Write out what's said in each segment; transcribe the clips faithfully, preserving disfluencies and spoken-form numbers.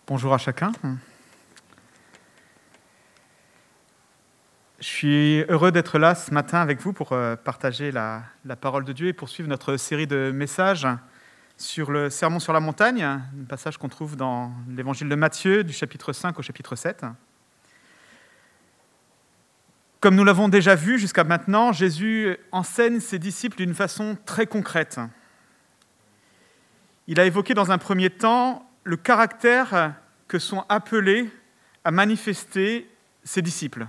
Bonjour à chacun. Je suis heureux d'être là ce matin avec vous pour partager la, la parole de Dieu et poursuivre notre série de messages sur le Sermon sur la montagne, un passage qu'on trouve dans l'évangile de Matthieu, du chapitre cinq au chapitre sept. Comme nous l'avons déjà vu jusqu'à maintenant, Jésus enseigne ses disciples d'une façon très concrète. Il a évoqué dans un premier temps le caractère que sont appelés à manifester ses disciples.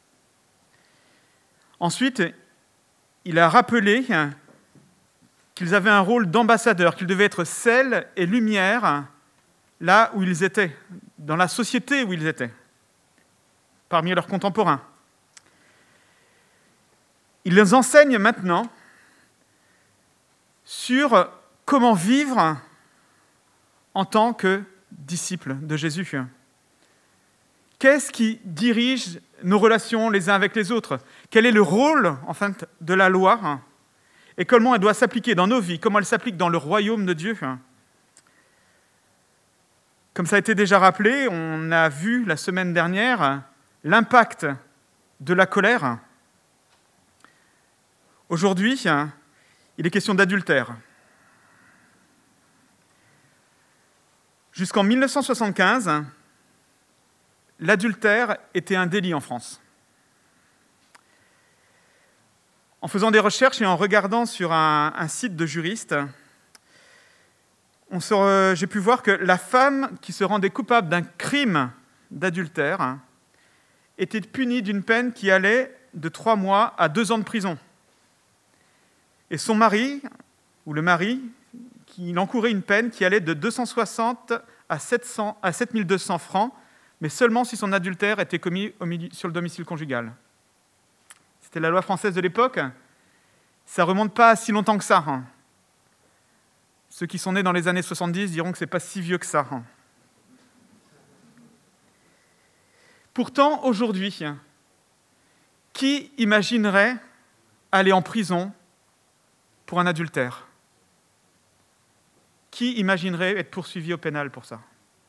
Ensuite, il a rappelé qu'ils avaient un rôle d'ambassadeurs, qu'ils devaient être sel et lumière là où ils étaient, dans la société où ils étaient, parmi leurs contemporains. Il les enseigne maintenant sur comment vivre en tant que disciples de Jésus. Qu'est-ce qui dirige nos relations les uns avec les autres? Quel est le rôle, en fait, de la loi? Et comment elle doit s'appliquer dans nos vies? Comment elle s'applique dans le royaume de Dieu? Comme ça a été déjà rappelé, on a vu la semaine dernière l'impact de la colère. Aujourd'hui, il est question d'adultère. Jusqu'en mille neuf cent soixante-quinze, l'adultère était un délit en France. En faisant des recherches et en regardant sur un, un site de juristes, on se, j'ai pu voir que la femme qui se rendait coupable d'un crime d'adultère était punie d'une peine qui allait de trois mois à deux ans de prison. Et son mari, ou le mari, il encourait une peine qui allait de deux cent soixante à sept cents, à sept mille deux cents francs, mais seulement si son adultère était commis au milieu, sur le domicile conjugal. C'était la loi française de l'époque. Ça ne remonte pas à si longtemps que ça. Hein. Ceux qui sont nés dans les années soixante-dix diront que ce n'est pas si vieux que ça. Hein. Pourtant, aujourd'hui, qui imaginerait aller en prison pour un adultère? Qui imaginerait être poursuivi au pénal pour ça?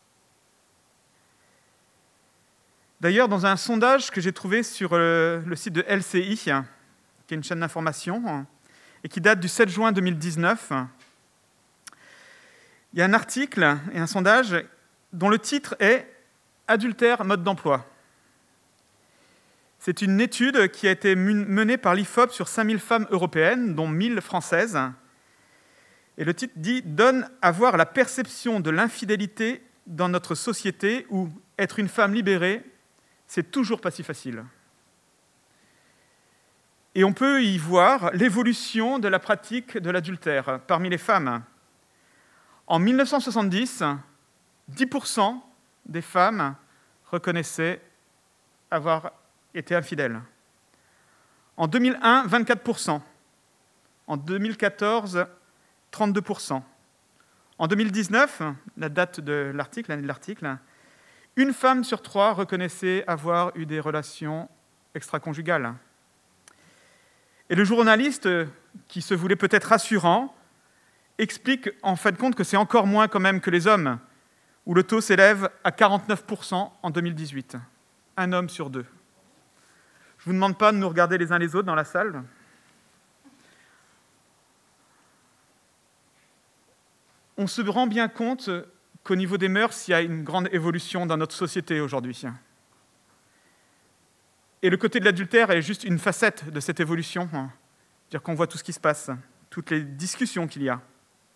D'ailleurs, dans un sondage que j'ai trouvé sur le, le site de L C I, qui est une chaîne d'information, et qui date du sept juin deux mille dix-neuf, il y a un article et un sondage dont le titre est « Adultère, mode d'emploi ». C'est une étude qui a été menée par l'I F O P sur cinq mille femmes européennes, dont mille françaises. Et le titre dit « Donne à voir la perception de l'infidélité dans notre société où être une femme libérée, c'est toujours pas si facile. » Et on peut y voir l'évolution de la pratique de l'adultère parmi les femmes. En mille neuf cent soixante-dix, dix pour cent des femmes reconnaissaient avoir été infidèles. En deux mille un, vingt-quatre pour cent. En deux mille quatorze, trente-deux pour cent. En deux mille dix-neuf, la date de l'article, l'année de l'article, une femme sur trois reconnaissait avoir eu des relations extra-conjugales. Et le journaliste, qui se voulait peut-être rassurant, explique en fin de compte que c'est encore moins quand même que les hommes, où le taux s'élève à quarante-neuf pour cent en deux mille dix-huit. Un homme sur deux. Je ne vous demande pas de nous regarder les uns les autres dans la salle. On se rend bien compte qu'au niveau des mœurs, il y a une grande évolution dans notre société aujourd'hui. Et le côté de l'adultère est juste une facette de cette évolution. C'est-à-dire qu'on voit tout ce qui se passe, toutes les discussions qu'il y a.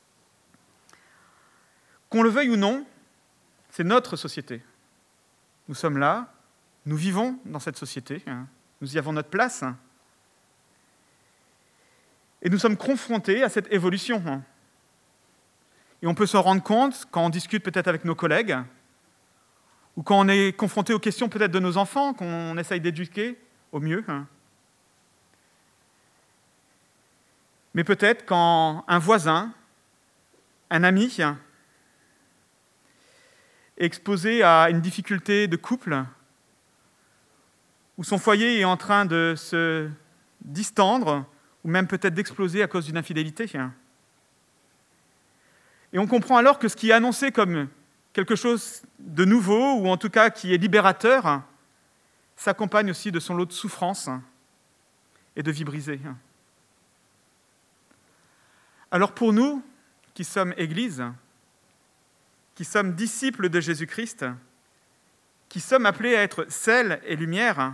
Qu'on le veuille ou non, c'est notre société. Nous sommes là, nous vivons dans cette société, nous y avons notre place. Et nous sommes confrontés à cette évolution. Et on peut s'en rendre compte quand on discute peut-être avec nos collègues, ou quand on est confronté aux questions peut-être de nos enfants, qu'on essaye d'éduquer au mieux. Mais peut-être quand un voisin, un ami, est exposé à une difficulté de couple, où son foyer est en train de se distendre, ou même peut-être d'exploser à cause d'une infidélité. Et on comprend alors que ce qui est annoncé comme quelque chose de nouveau, ou en tout cas qui est libérateur, s'accompagne aussi de son lot de souffrances et de vies brisées. Alors pour nous, qui sommes Église, qui sommes disciples de Jésus-Christ, qui sommes appelés à être sel et lumière,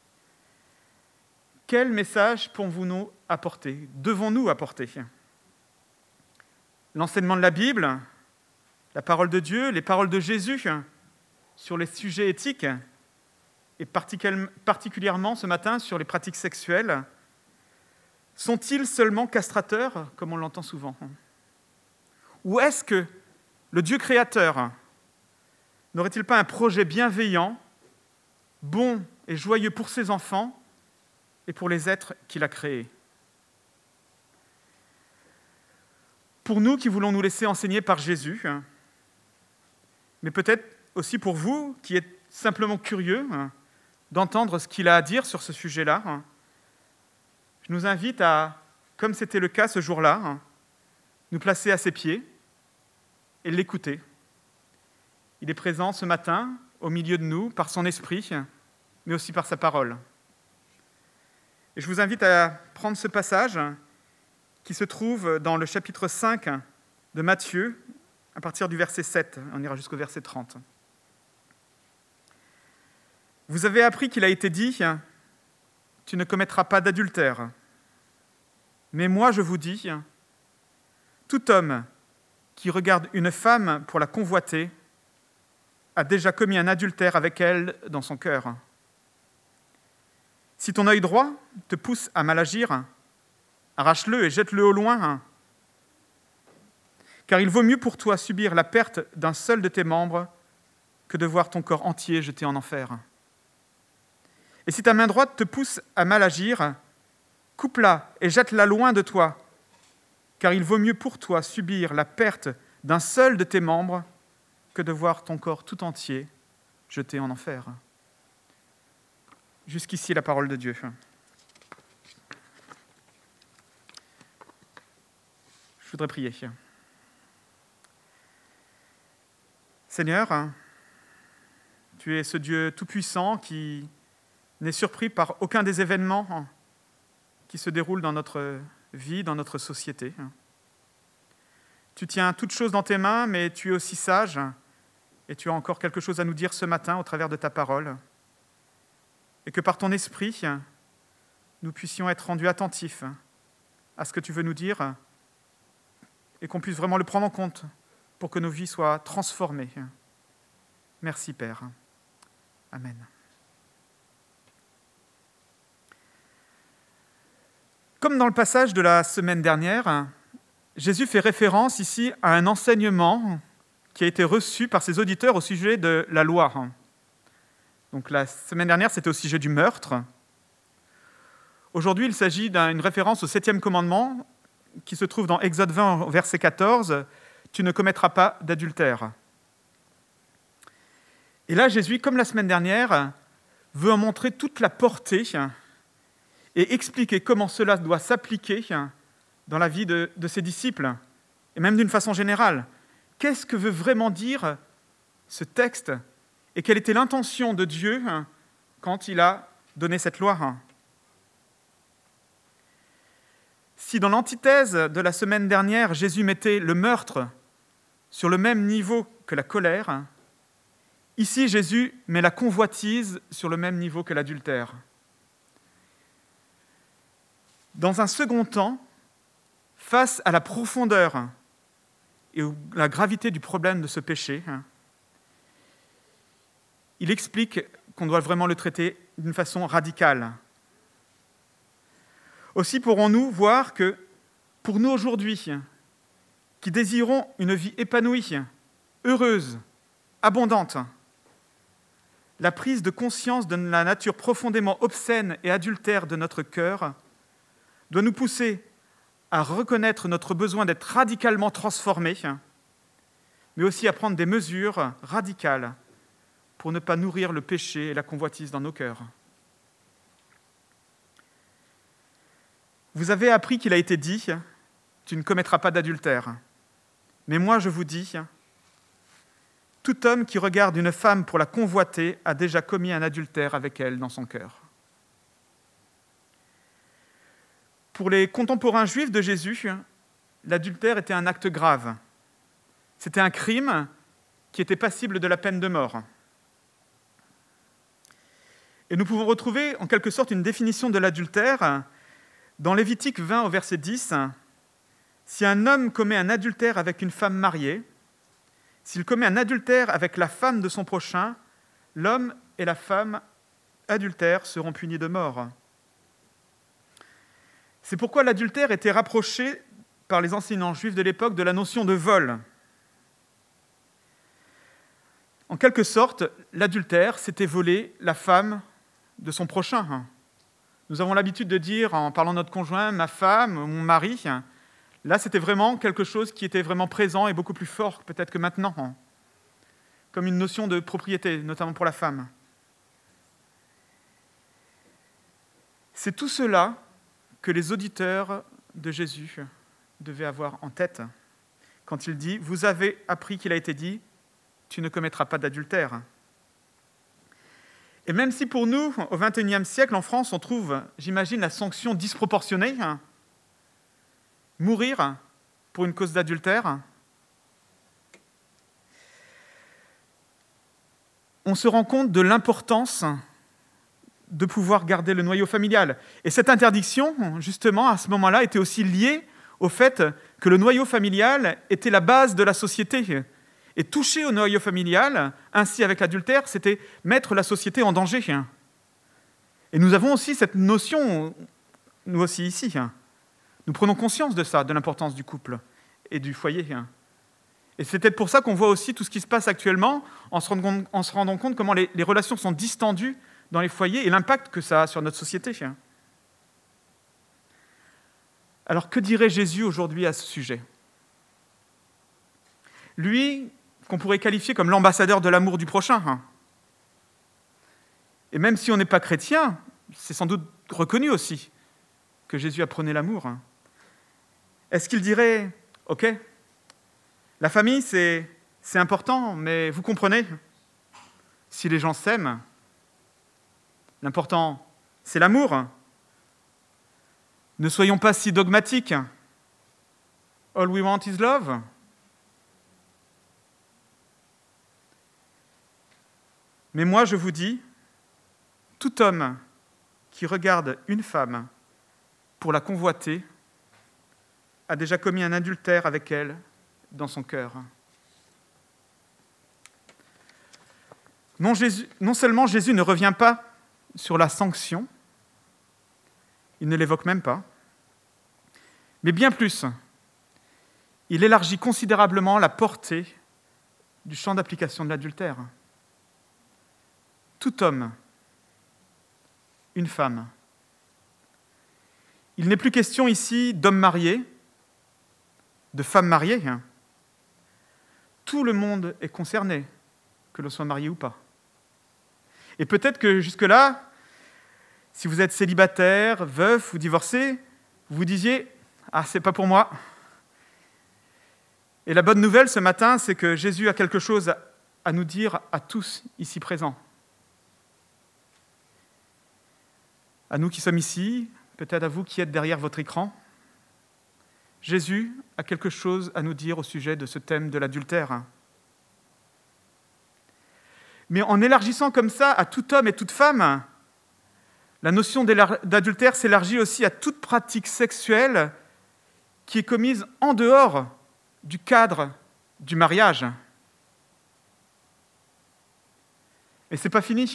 quel message pouvons-nous apporter, devons-nous apporter ? L'enseignement de la Bible, la parole de Dieu, les paroles de Jésus sur les sujets éthiques, et particulièrement ce matin sur les pratiques sexuelles, sont-ils seulement castrateurs, comme on l'entend souvent ? Ou est-ce que le Dieu créateur n'aurait-il pas un projet bienveillant, bon et joyeux pour ses enfants et pour les êtres qu'il a créés ? Pour nous qui voulons nous laisser enseigner par Jésus, mais peut-être aussi pour vous qui êtes simplement curieux d'entendre ce qu'il a à dire sur ce sujet-là, je nous invite à, comme c'était le cas ce jour-là, nous placer à ses pieds et l'écouter. Il est présent ce matin au milieu de nous par son esprit, mais aussi par sa parole. Et je vous invite à prendre ce passage qui se trouve dans le chapitre cinq de Matthieu, à partir du verset sept, on ira jusqu'au verset trente. Vous avez appris qu'il a été dit « Tu ne commettras pas d'adultère ». Mais moi, je vous dis, tout homme qui regarde une femme pour la convoiter a déjà commis un adultère avec elle dans son cœur. Si ton œil droit te pousse à mal agir, arrache-le et jette-le au loin, car il vaut mieux pour toi subir la perte d'un seul de tes membres que de voir ton corps entier jeté en enfer. Et si ta main droite te pousse à mal agir, coupe-la et jette-la loin de toi, car il vaut mieux pour toi subir la perte d'un seul de tes membres que de voir ton corps tout entier jeté en enfer. Jusqu'ici la parole de Dieu. Je voudrais prier. Seigneur, tu es ce Dieu tout-puissant qui n'est surpris par aucun des événements qui se déroulent dans notre vie, dans notre société. Tu tiens toutes choses dans tes mains, mais tu es aussi sage, et tu as encore quelque chose à nous dire ce matin au travers de ta parole. Et que par ton esprit, nous puissions être rendus attentifs à ce que tu veux nous dire, et qu'on puisse vraiment le prendre en compte pour que nos vies soient transformées. Merci, Père. Amen. Comme dans le passage de la semaine dernière, Jésus fait référence ici à un enseignement qui a été reçu par ses auditeurs au sujet de la loi. Donc la semaine dernière, c'était au sujet du meurtre. Aujourd'hui, il s'agit d'une référence au septième commandement qui se trouve dans Exode vingt, verset quatorze, « Tu ne commettras pas d'adultère ». Et là, Jésus, comme la semaine dernière, veut en montrer toute la portée et expliquer comment cela doit s'appliquer dans la vie de, de ses disciples, et même d'une façon générale. Qu'est-ce que veut vraiment dire ce texte, et quelle était l'intention de Dieu quand il a donné cette loi ? Si dans l'antithèse de la semaine dernière, Jésus mettait le meurtre sur le même niveau que la colère, ici Jésus met la convoitise sur le même niveau que l'adultère. Dans un second temps, face à la profondeur et à la gravité du problème de ce péché, il explique qu'on doit vraiment le traiter d'une façon radicale. Aussi pourrons-nous voir que, pour nous aujourd'hui, qui désirons une vie épanouie, heureuse, abondante, la prise de conscience de la nature profondément obscène et adultère de notre cœur doit nous pousser à reconnaître notre besoin d'être radicalement transformés, mais aussi à prendre des mesures radicales pour ne pas nourrir le péché et la convoitise dans nos cœurs. Vous avez appris qu'il a été dit « Tu ne commettras pas d'adultère ». Mais moi, je vous dis, Tout homme qui regarde une femme pour la convoiter a déjà commis un adultère avec elle dans son cœur. Pour les contemporains juifs de Jésus, l'adultère était un acte grave. C'était un crime qui était passible de la peine de mort. Et nous pouvons retrouver en quelque sorte une définition de l'adultère dans Lévitique vingt au verset dix. « Si un homme commet un adultère avec une femme mariée, s'il commet un adultère avec la femme de son prochain, l'homme et la femme adultères seront punis de mort. » C'est pourquoi l'adultère était rapproché par les enseignants juifs de l'époque de la notion de vol. En quelque sorte, l'adultère, c'était voler la femme de son prochain. Nous avons l'habitude de dire, en parlant de notre conjoint, ma femme, mon mari. Là, c'était vraiment quelque chose qui était vraiment présent et beaucoup plus fort peut-être que maintenant, comme une notion de propriété, notamment pour la femme. C'est tout cela que les auditeurs de Jésus devaient avoir en tête quand il dit « Vous avez appris qu'il a été dit, tu ne commettras pas d'adultère ». Et même si pour nous, au vingt et unième siècle, en France, on trouve, j'imagine, la sanction disproportionnée, mourir pour une cause d'adultère, on se rend compte de l'importance de pouvoir garder le noyau familial. Et cette interdiction, justement, à ce moment-là, était aussi liée au fait que le noyau familial était la base de la société. Et toucher au noyau familial, ainsi avec l'adultère, c'était mettre la société en danger. Et nous avons aussi cette notion, nous aussi ici, nous prenons conscience de ça, de l'importance du couple et du foyer. Et c'est peut-être pour ça qu'on voit aussi tout ce qui se passe actuellement, en se rendant, en se rendant compte comment les, les relations sont distendues dans les foyers et l'impact que ça a sur notre société. Alors que dirait Jésus aujourd'hui à ce sujet ? Lui, qu'on pourrait qualifier comme l'ambassadeur de l'amour du prochain. Et même si on n'est pas chrétien, c'est sans doute reconnu aussi que Jésus apprenait l'amour. Est-ce qu'il dirait « Ok, la famille, c'est, c'est important, mais vous comprenez, si les gens s'aiment, l'important, c'est l'amour. Ne soyons pas si dogmatiques. All we want is love. » Mais moi, je vous dis, tout homme qui regarde une femme pour la convoiter a déjà commis un adultère avec elle dans son cœur. Non, Jésus, non seulement Jésus ne revient pas sur la sanction, il ne l'évoque même pas, mais bien plus, il élargit considérablement la portée du champ d'application de l'adultère. Tout homme, une femme. Il n'est plus question ici d'hommes mariés, de femmes mariées. Tout le monde est concerné, que l'on soit marié ou pas. Et peut-être que jusque-là, si vous êtes célibataire, veuf ou divorcé, vous vous disiez « Ah, c'est pas pour moi ». Et la bonne nouvelle ce matin, c'est que Jésus a quelque chose à nous dire à tous ici présents. À nous qui sommes ici, peut-être à vous qui êtes derrière votre écran, Jésus a quelque chose à nous dire au sujet de ce thème de l'adultère. Mais en élargissant comme ça à tout homme et toute femme, la notion d'adultère s'élargit aussi à toute pratique sexuelle qui est commise en dehors du cadre du mariage. Et ce n'est pas fini.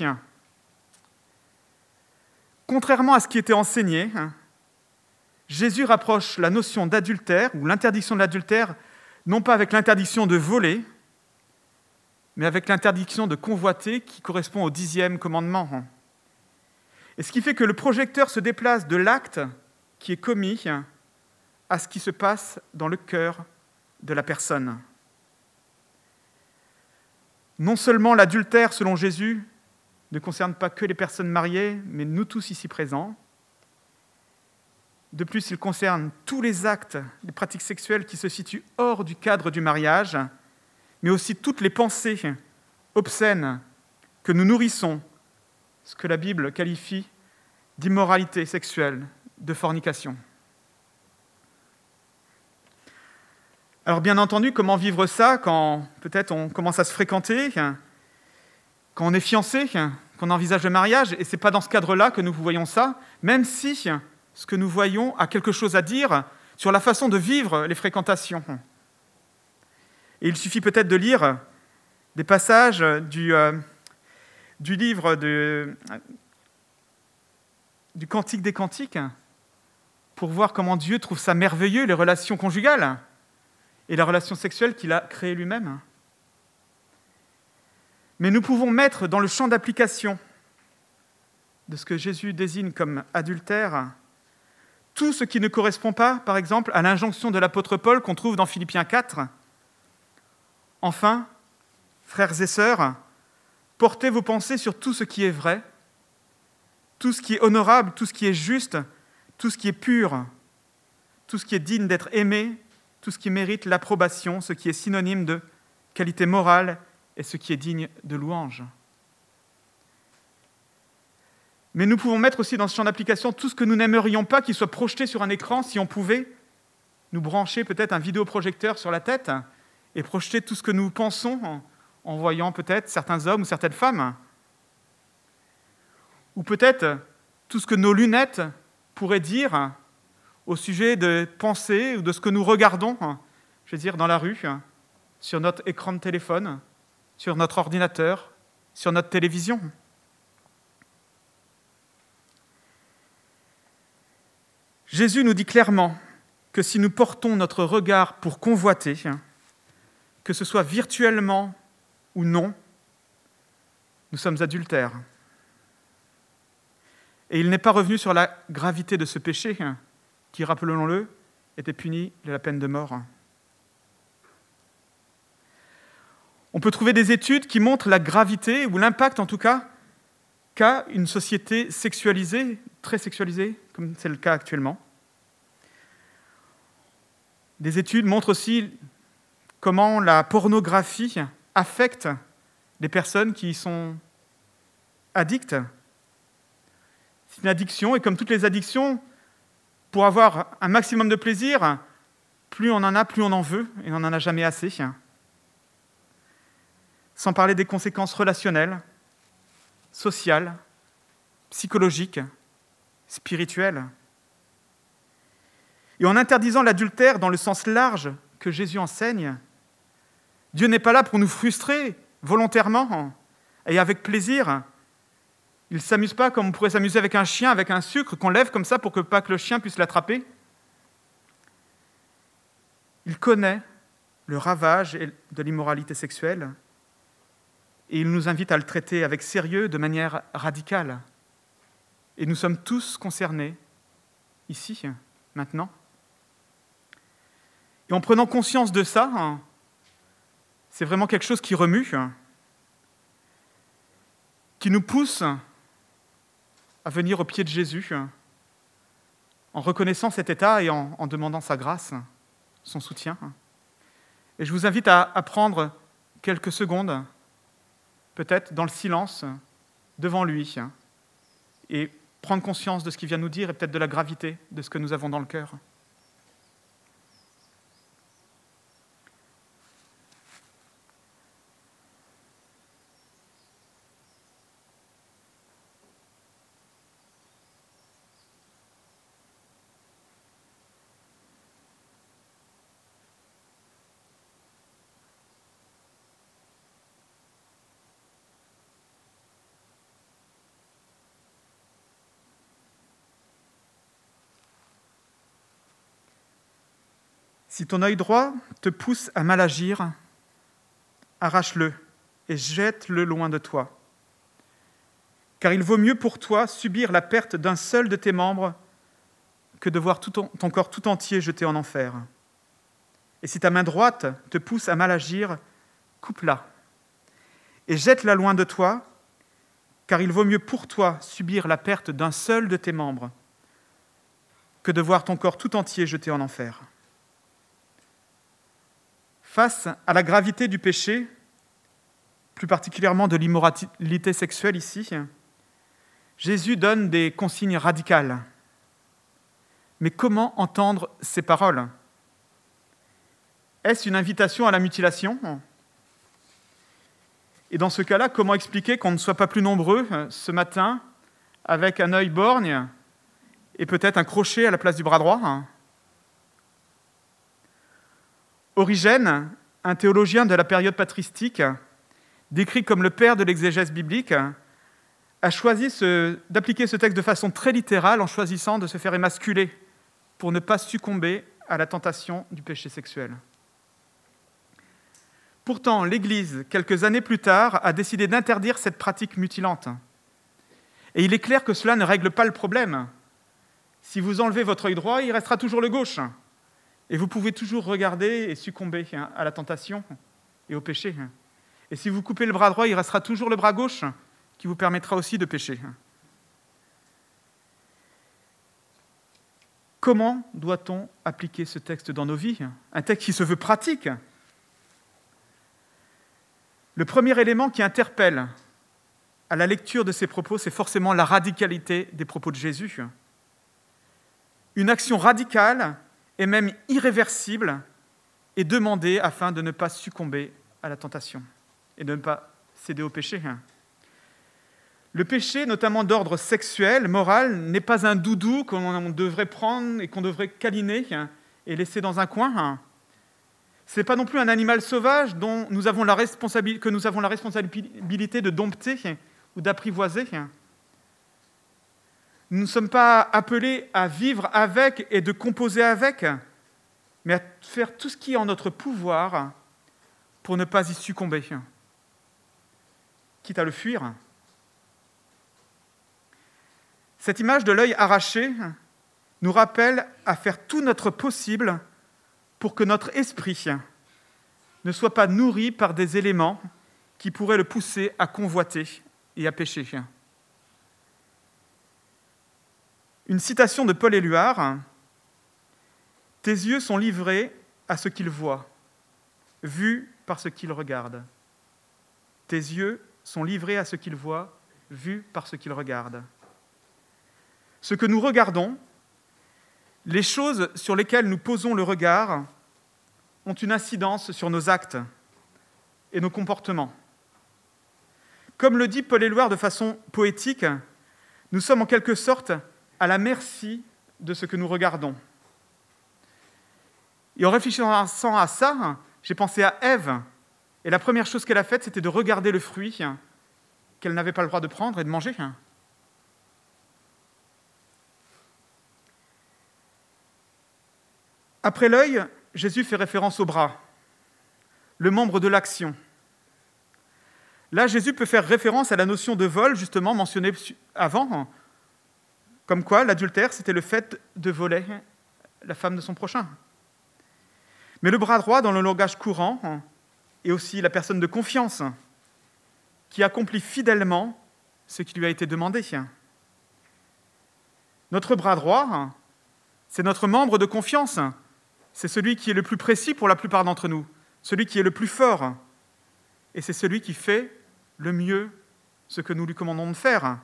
Contrairement à ce qui était enseigné, Jésus rapproche la notion d'adultère, ou l'interdiction de l'adultère, non pas avec l'interdiction de voler, mais avec l'interdiction de convoiter qui correspond au dixième commandement. Et ce qui fait que le projecteur se déplace de l'acte qui est commis à ce qui se passe dans le cœur de la personne. Non seulement l'adultère, selon Jésus, ne concerne pas que les personnes mariées, mais nous tous ici présents. De plus, il concerne tous les actes, les pratiques sexuelles qui se situent hors du cadre du mariage, mais aussi toutes les pensées obscènes que nous nourrissons, ce que la Bible qualifie d'immoralité sexuelle, de fornication. Alors bien entendu, comment vivre ça quand peut-être on commence à se fréquenter, quand on est fiancé, qu'on envisage le mariage, et ce n'est pas dans ce cadre-là que nous voyons ça, même si ce que nous voyons a quelque chose à dire sur la façon de vivre les fréquentations. Et il suffit peut-être de lire des passages du, euh, du livre de, du Cantique des Cantiques pour voir comment Dieu trouve ça merveilleux, les relations conjugales et la relation sexuelle qu'il a créée lui-même. Mais nous pouvons mettre dans le champ d'application de ce que Jésus désigne comme adultère tout ce qui ne correspond pas, par exemple, à l'injonction de l'apôtre Paul qu'on trouve dans Philippiens quatre. Enfin, frères et sœurs, portez vos pensées sur tout ce qui est vrai, tout ce qui est honorable, tout ce qui est juste, tout ce qui est pur, tout ce qui est digne d'être aimé, tout ce qui mérite l'approbation, ce qui est synonyme de qualité morale et ce qui est digne de louange. Mais nous pouvons mettre aussi dans ce champ d'application tout ce que nous n'aimerions pas qu'il soit projeté sur un écran, si on pouvait nous brancher peut-être un vidéoprojecteur sur la tête et projeter tout ce que nous pensons en, en voyant peut-être certains hommes ou certaines femmes. Ou peut-être tout ce que nos lunettes pourraient dire au sujet de pensées ou de ce que nous regardons, je veux dire, dans la rue, sur notre écran de téléphone, sur notre ordinateur, sur notre télévision. Jésus nous dit clairement que si nous portons notre regard pour convoiter, que ce soit virtuellement ou non, nous sommes adultères. Et il n'est pas revenu sur la gravité de ce péché, qui, rappelons-le, était puni de la peine de mort. On peut trouver des études qui montrent la gravité, ou l'impact en tout cas, qu'a une société sexualisée, très sexualisée, comme c'est le cas actuellement. Des études montrent aussi comment la pornographie affecte les personnes qui y sont addictes. C'est une addiction, et comme toutes les addictions, pour avoir un maximum de plaisir, plus on en a, plus on en veut, et on n'en a jamais assez. Sans parler des conséquences relationnelles, sociales, psychologiques, spirituelles. Et en interdisant l'adultère dans le sens large que Jésus enseigne, Dieu n'est pas là pour nous frustrer volontairement et avec plaisir. Il ne s'amuse pas comme on pourrait s'amuser avec un chien, avec un sucre qu'on lève comme ça pour que pas que le chien puisse l'attraper. Il connaît le ravage de l'immoralité sexuelle et il nous invite à le traiter avec sérieux, de manière radicale. Et nous sommes tous concernés, ici, maintenant. Et en prenant conscience de ça, c'est vraiment quelque chose qui remue, qui nous pousse à venir au pied de Jésus, en reconnaissant cet état et en, en demandant sa grâce, son soutien. Et je vous invite à, à prendre quelques secondes, peut-être dans le silence, devant lui, et prendre conscience de ce qu'il vient nous dire et peut-être de la gravité de ce que nous avons dans le cœur. Si ton œil droit te pousse à mal agir, arrache-le et jette-le loin de toi. Car il vaut mieux pour toi subir la perte d'un seul de tes membres que de voir tout ton, ton corps tout entier jeté en enfer. Et si ta main droite te pousse à mal agir, coupe-la et jette-la loin de toi, car il vaut mieux pour toi subir la perte d'un seul de tes membres que de voir ton corps tout entier jeté en enfer. Face à la gravité du péché, plus particulièrement de l'immoralité sexuelle ici, Jésus donne des consignes radicales. Mais comment entendre ces paroles ? Est-ce une invitation à la mutilation ? Et dans ce cas-là, comment expliquer qu'on ne soit pas plus nombreux ce matin avec un œil borgne et peut-être un crochet à la place du bras droit ? Origène, un théologien de la période patristique, décrit comme le père de l'exégèse biblique, a choisi ce, d'appliquer ce texte de façon très littérale en choisissant de se faire émasculer pour ne pas succomber à la tentation du péché sexuel. Pourtant, l'Église, quelques années plus tard, a décidé d'interdire cette pratique mutilante. Et il est clair que cela ne règle pas le problème. Si vous enlevez votre œil droit, il restera toujours le gauche. Et vous pouvez toujours regarder et succomber à la tentation et au péché. Et si vous coupez le bras droit, il restera toujours le bras gauche qui vous permettra aussi de pécher. Comment doit-on appliquer ce texte dans nos vies ? Un texte qui se veut pratique. Le premier élément qui interpelle à la lecture de ces propos, c'est forcément la radicalité des propos de Jésus. Une action radicale et même irréversible est demandée afin de ne pas succomber à la tentation et de ne pas céder au péché. Le péché, notamment d'ordre sexuel, moral, n'est pas un doudou qu'on devrait prendre et qu'on devrait câliner et laisser dans un coin. Ce n'est pas non plus un animal sauvage dont nous avons la responsabil- que nous avons la responsabilité de dompter ou d'apprivoiser. Nous ne sommes pas appelés à vivre avec et de composer avec, mais à faire tout ce qui est en notre pouvoir pour ne pas y succomber, quitte à le fuir. Cette image de l'œil arraché nous rappelle à faire tout notre possible pour que notre esprit ne soit pas nourri par des éléments qui pourraient le pousser à convoiter et à pécher. Une citation de Paul Éluard : « Tes yeux sont livrés à ce qu'ils voient, vus par ce qu'ils regardent. Tes yeux sont livrés à ce qu'ils voient, vus par ce qu'ils regardent. » Ce que nous regardons, les choses sur lesquelles nous posons le regard, ont une incidence sur nos actes et nos comportements. Comme le dit Paul Éluard de façon poétique, nous sommes en quelque sorte à la merci de ce que nous regardons. Et en réfléchissant à ça, j'ai pensé à Ève, et la première chose qu'elle a faite, c'était de regarder le fruit qu'elle n'avait pas le droit de prendre et de manger. Après l'œil, Jésus fait référence au bras, le membre de l'action. Là, Jésus peut faire référence à la notion de vol, justement mentionnée avant, comme quoi l'adultère, c'était le fait de voler la femme de son prochain. Mais le bras droit, dans le langage courant, est aussi la personne de confiance, qui accomplit fidèlement ce qui lui a été demandé. Notre bras droit, c'est notre membre de confiance. C'est celui qui est le plus précis pour la plupart d'entre nous, celui qui est le plus fort, et c'est celui qui fait le mieux ce que nous lui commandons de faire.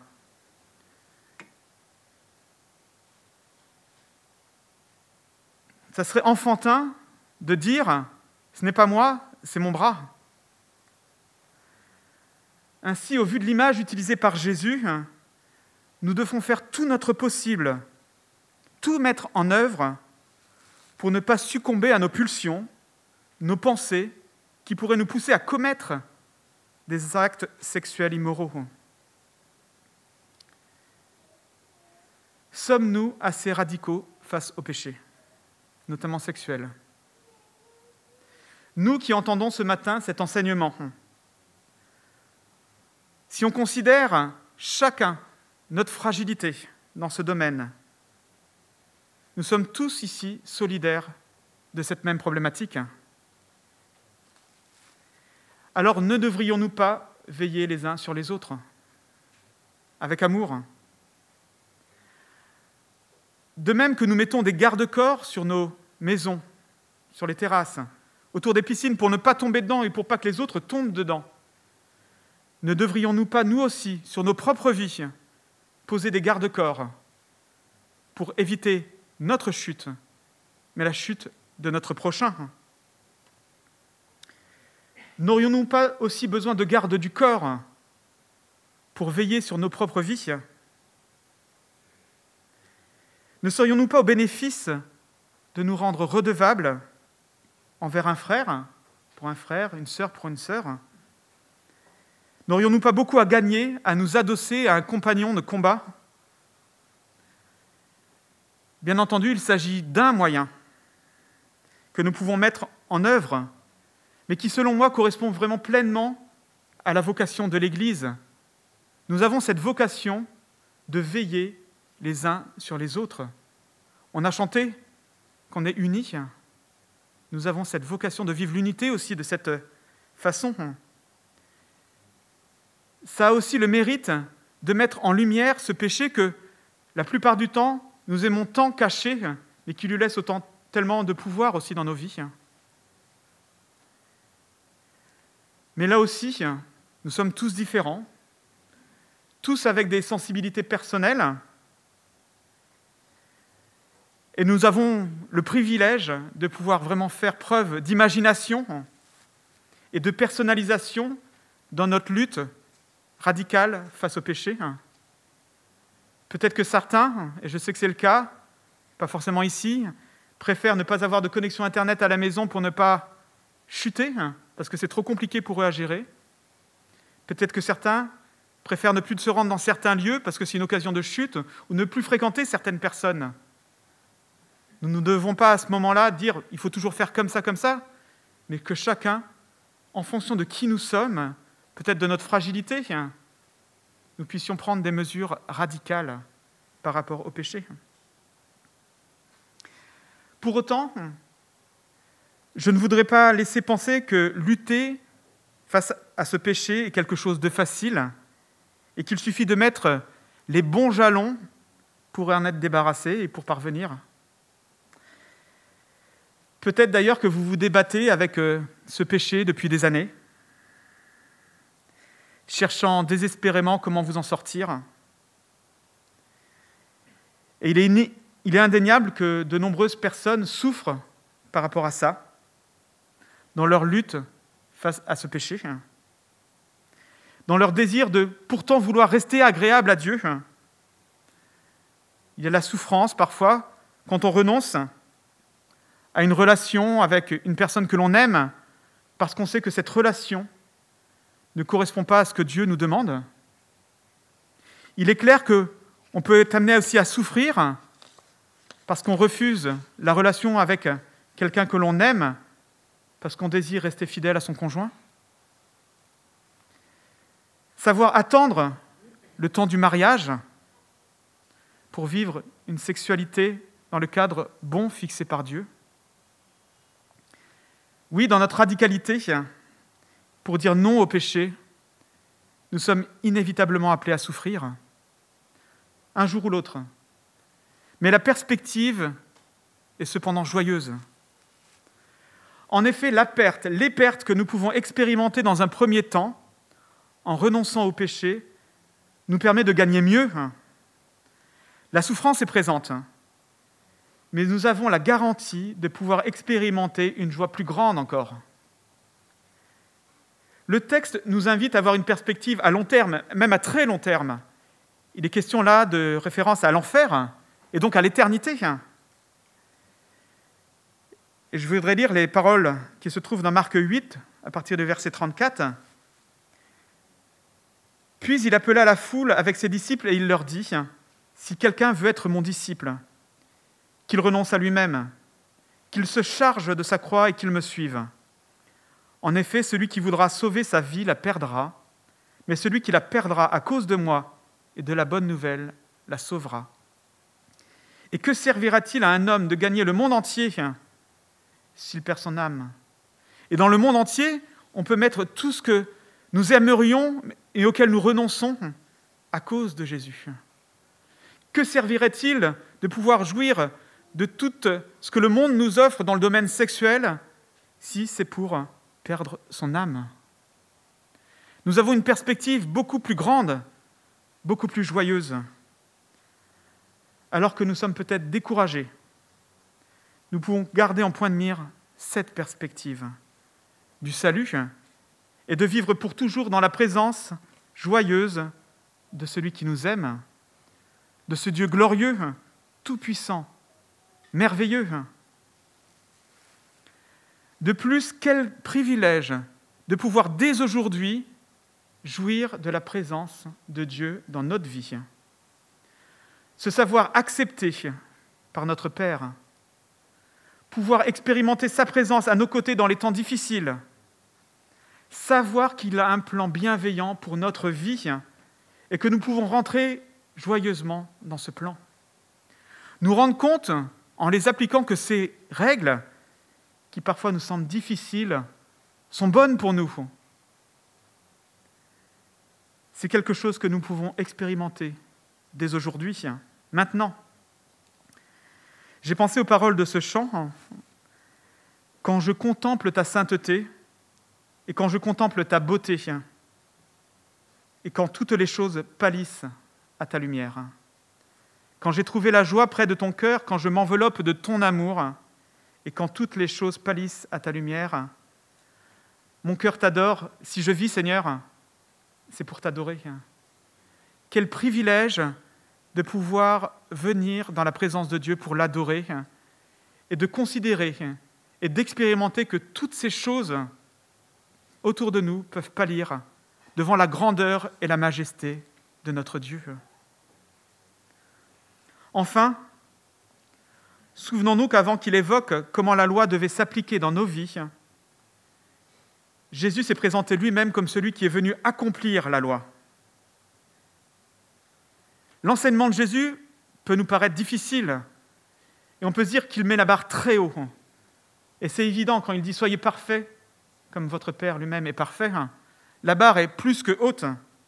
Ça serait enfantin de dire « ce n'est pas moi, c'est mon bras ». Ainsi, au vu de l'image utilisée par Jésus, nous devons faire tout notre possible, tout mettre en œuvre pour ne pas succomber à nos pulsions, nos pensées, qui pourraient nous pousser à commettre des actes sexuels immoraux. Sommes-nous assez radicaux face au péché, notamment sexuel ? Nous qui entendons ce matin cet enseignement, si on considère chacun notre fragilité dans ce domaine, nous sommes tous ici solidaires de cette même problématique. Alors ne devrions-nous pas veiller les uns sur les autres, avec amour ? De même que nous mettons des garde-corps sur nos maisons, sur les terrasses, autour des piscines pour ne pas tomber dedans et pour pas que les autres tombent dedans. Ne devrions-nous pas, nous aussi, sur nos propres vies, poser des garde-corps pour éviter notre chute, mais la chute de notre prochain ? N'aurions-nous pas aussi besoin de garde du corps pour veiller sur nos propres vies ? Ne serions-nous pas au bénéfice de nous rendre redevables envers un frère, pour un frère, une sœur pour une sœur ? N'aurions-nous pas beaucoup à gagner à nous adosser à un compagnon de combat ? Bien entendu, il s'agit d'un moyen que nous pouvons mettre en œuvre, mais qui, selon moi, correspond vraiment pleinement à la vocation de l'Église. Nous avons cette vocation de veiller les uns sur les autres. On a chanté qu'on est unis. Nous avons cette vocation de vivre l'unité aussi de cette façon. Ça a aussi le mérite de mettre en lumière ce péché que, la plupart du temps, nous aimons tant cacher, mais qui lui laisse autant, tellement de pouvoir aussi dans nos vies. Mais là aussi, nous sommes tous différents, tous avec des sensibilités personnelles, et nous avons le privilège de pouvoir vraiment faire preuve d'imagination et de personnalisation dans notre lutte radicale face au péché. Peut-être que certains, et je sais que c'est le cas, pas forcément ici, préfèrent ne pas avoir de connexion Internet à la maison pour ne pas chuter, parce que c'est trop compliqué pour eux à gérer. Peut-être que certains préfèrent ne plus se rendre dans certains lieux parce que c'est une occasion de chute, ou ne plus fréquenter certaines personnes. Nous ne devons pas à ce moment-là dire « il faut toujours faire comme ça, comme ça », mais que chacun, en fonction de qui nous sommes, peut-être de notre fragilité, nous puissions prendre des mesures radicales par rapport au péché. Pour autant, je ne voudrais pas laisser penser que lutter face à ce péché est quelque chose de facile et qu'il suffit de mettre les bons jalons pour en être débarrassé et pour parvenir. Peut-être d'ailleurs que vous vous débattez avec ce péché depuis des années, cherchant désespérément comment vous en sortir. Et il est, iné- il est indéniable que de nombreuses personnes souffrent par rapport à ça, dans leur lutte face à ce péché, dans leur désir de pourtant vouloir rester agréable à Dieu. Il y a la souffrance parfois quand on renonce à une relation avec une personne que l'on aime parce qu'on sait que cette relation ne correspond pas à ce que Dieu nous demande. Il est clair qu'on peut être amené aussi à souffrir parce qu'on refuse la relation avec quelqu'un que l'on aime, parce qu'on désire rester fidèle à son conjoint. Savoir attendre le temps du mariage pour vivre une sexualité dans le cadre bon fixé par Dieu. Oui, dans notre radicalité, pour dire non au péché, nous sommes inévitablement appelés à souffrir, un jour ou l'autre. Mais la perspective est cependant joyeuse. En effet, la perte, les pertes que nous pouvons expérimenter dans un premier temps, en renonçant au péché, nous permet de gagner mieux. La souffrance est présente, mais nous avons la garantie de pouvoir expérimenter une joie plus grande encore. Le texte nous invite à avoir une perspective à long terme, même à très long terme. Il est question là de référence à l'enfer, et donc à l'éternité. Et je voudrais lire les paroles qui se trouvent dans Marc huit, à partir du verset trente-quatre. « Puis il appela la foule avec ses disciples et il leur dit, « Si quelqu'un veut être mon disciple, qu'il renonce à lui-même, qu'il se charge de sa croix et qu'il me suive. En effet, celui qui voudra sauver sa vie la perdra, mais celui qui la perdra à cause de moi et de la bonne nouvelle la sauvera. Et que servira-t-il à un homme de gagner le monde entier s'il perd son âme ? Et dans le monde entier, on peut mettre tout ce que nous aimerions et auquel nous renonçons à cause de Jésus. Que servirait-il de pouvoir jouir de tout ce que le monde nous offre dans le domaine sexuel si c'est pour perdre son âme. Nous avons une perspective beaucoup plus grande, beaucoup plus joyeuse. Alors que nous sommes peut-être découragés, nous pouvons garder en point de mire cette perspective du salut et de vivre pour toujours dans la présence joyeuse de celui qui nous aime, de ce Dieu glorieux, tout-puissant, merveilleux. De plus, quel privilège de pouvoir dès aujourd'hui jouir de la présence de Dieu dans notre vie. Se savoir accepté par notre Père, pouvoir expérimenter sa présence à nos côtés dans les temps difficiles, savoir qu'il a un plan bienveillant pour notre vie et que nous pouvons rentrer joyeusement dans ce plan. Nous rendre compte, en les appliquant, que ces règles, qui parfois nous semblent difficiles, sont bonnes pour nous. C'est quelque chose que nous pouvons expérimenter dès aujourd'hui, maintenant. J'ai pensé aux paroles de ce chant. « Quand je contemple ta sainteté, et quand je contemple ta beauté, et quand toutes les choses pâlissent à ta lumière, quand j'ai trouvé la joie près de ton cœur, quand je m'enveloppe de ton amour, et quand toutes les choses pâlissent à ta lumière, mon cœur t'adore. Si je vis, Seigneur, c'est pour t'adorer. » Quel privilège de pouvoir venir dans la présence de Dieu pour l'adorer et de considérer et d'expérimenter que toutes ces choses autour de nous peuvent pâlir devant la grandeur et la majesté de notre Dieu. Enfin, souvenons-nous qu'avant qu'il évoque comment la loi devait s'appliquer dans nos vies, Jésus s'est présenté lui-même comme celui qui est venu accomplir la loi. L'enseignement de Jésus peut nous paraître difficile, et on peut se dire qu'il met la barre très haut. Et c'est évident quand il dit « Soyez parfaits, comme votre Père lui-même est parfait », la barre est plus que haute.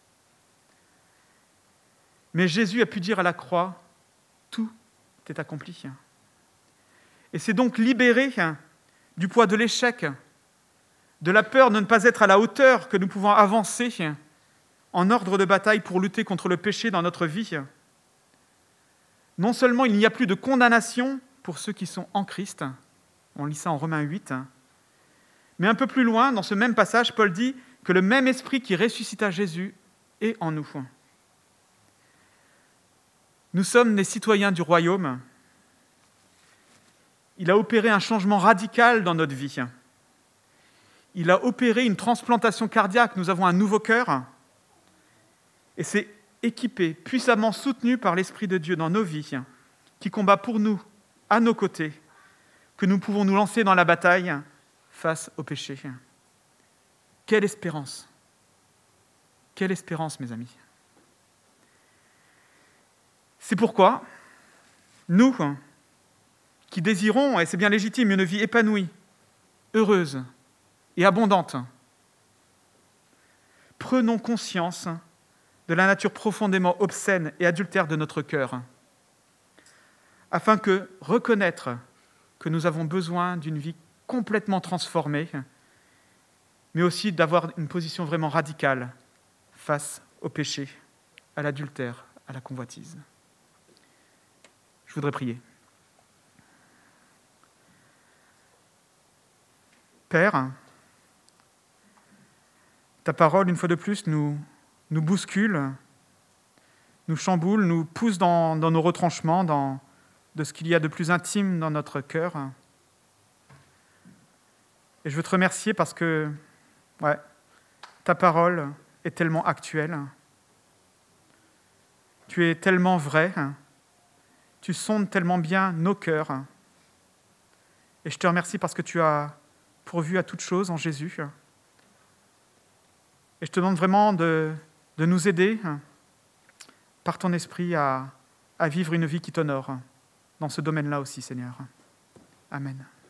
Mais Jésus a pu dire à la croix « Tout est accompli ». Et c'est donc libéré du poids de l'échec, de la peur de ne pas être à la hauteur que nous pouvons avancer en ordre de bataille pour lutter contre le péché dans notre vie. Non seulement il n'y a plus de condamnation pour ceux qui sont en Christ, on lit ça en Romains huit, mais un peu plus loin, dans ce même passage, Paul dit que le même esprit qui ressuscita Jésus est en nous. Nous sommes les citoyens du royaume. Il a opéré un changement radical dans notre vie. Il a opéré une transplantation cardiaque. Nous avons un nouveau cœur. Et c'est équipé, puissamment soutenu par l'Esprit de Dieu dans nos vies, qui combat pour nous, à nos côtés, que nous pouvons nous lancer dans la bataille face au péché. Quelle espérance! Quelle espérance, mes amis! C'est pourquoi, nous, qui désirons, et c'est bien légitime, une vie épanouie, heureuse et abondante, prenons conscience de la nature profondément obscène et adultère de notre cœur, afin que reconnaître que nous avons besoin d'une vie complètement transformée, mais aussi d'avoir une position vraiment radicale face au péché, à l'adultère, à la convoitise. Je voudrais prier. Père, ta parole, une fois de plus, nous, nous bouscule, nous chamboule, nous pousse dans, dans nos retranchements, dans de ce qu'il y a de plus intime dans notre cœur. Et je veux te remercier parce que ouais, ta parole est tellement actuelle. Tu es tellement vrai. Tu sondes tellement bien nos cœurs. Et je te remercie parce que tu as pourvu à toute chose en Jésus. Et je te demande vraiment de, de nous aider par ton esprit à, à vivre une vie qui t'honore dans ce domaine-là aussi, Seigneur. Amen.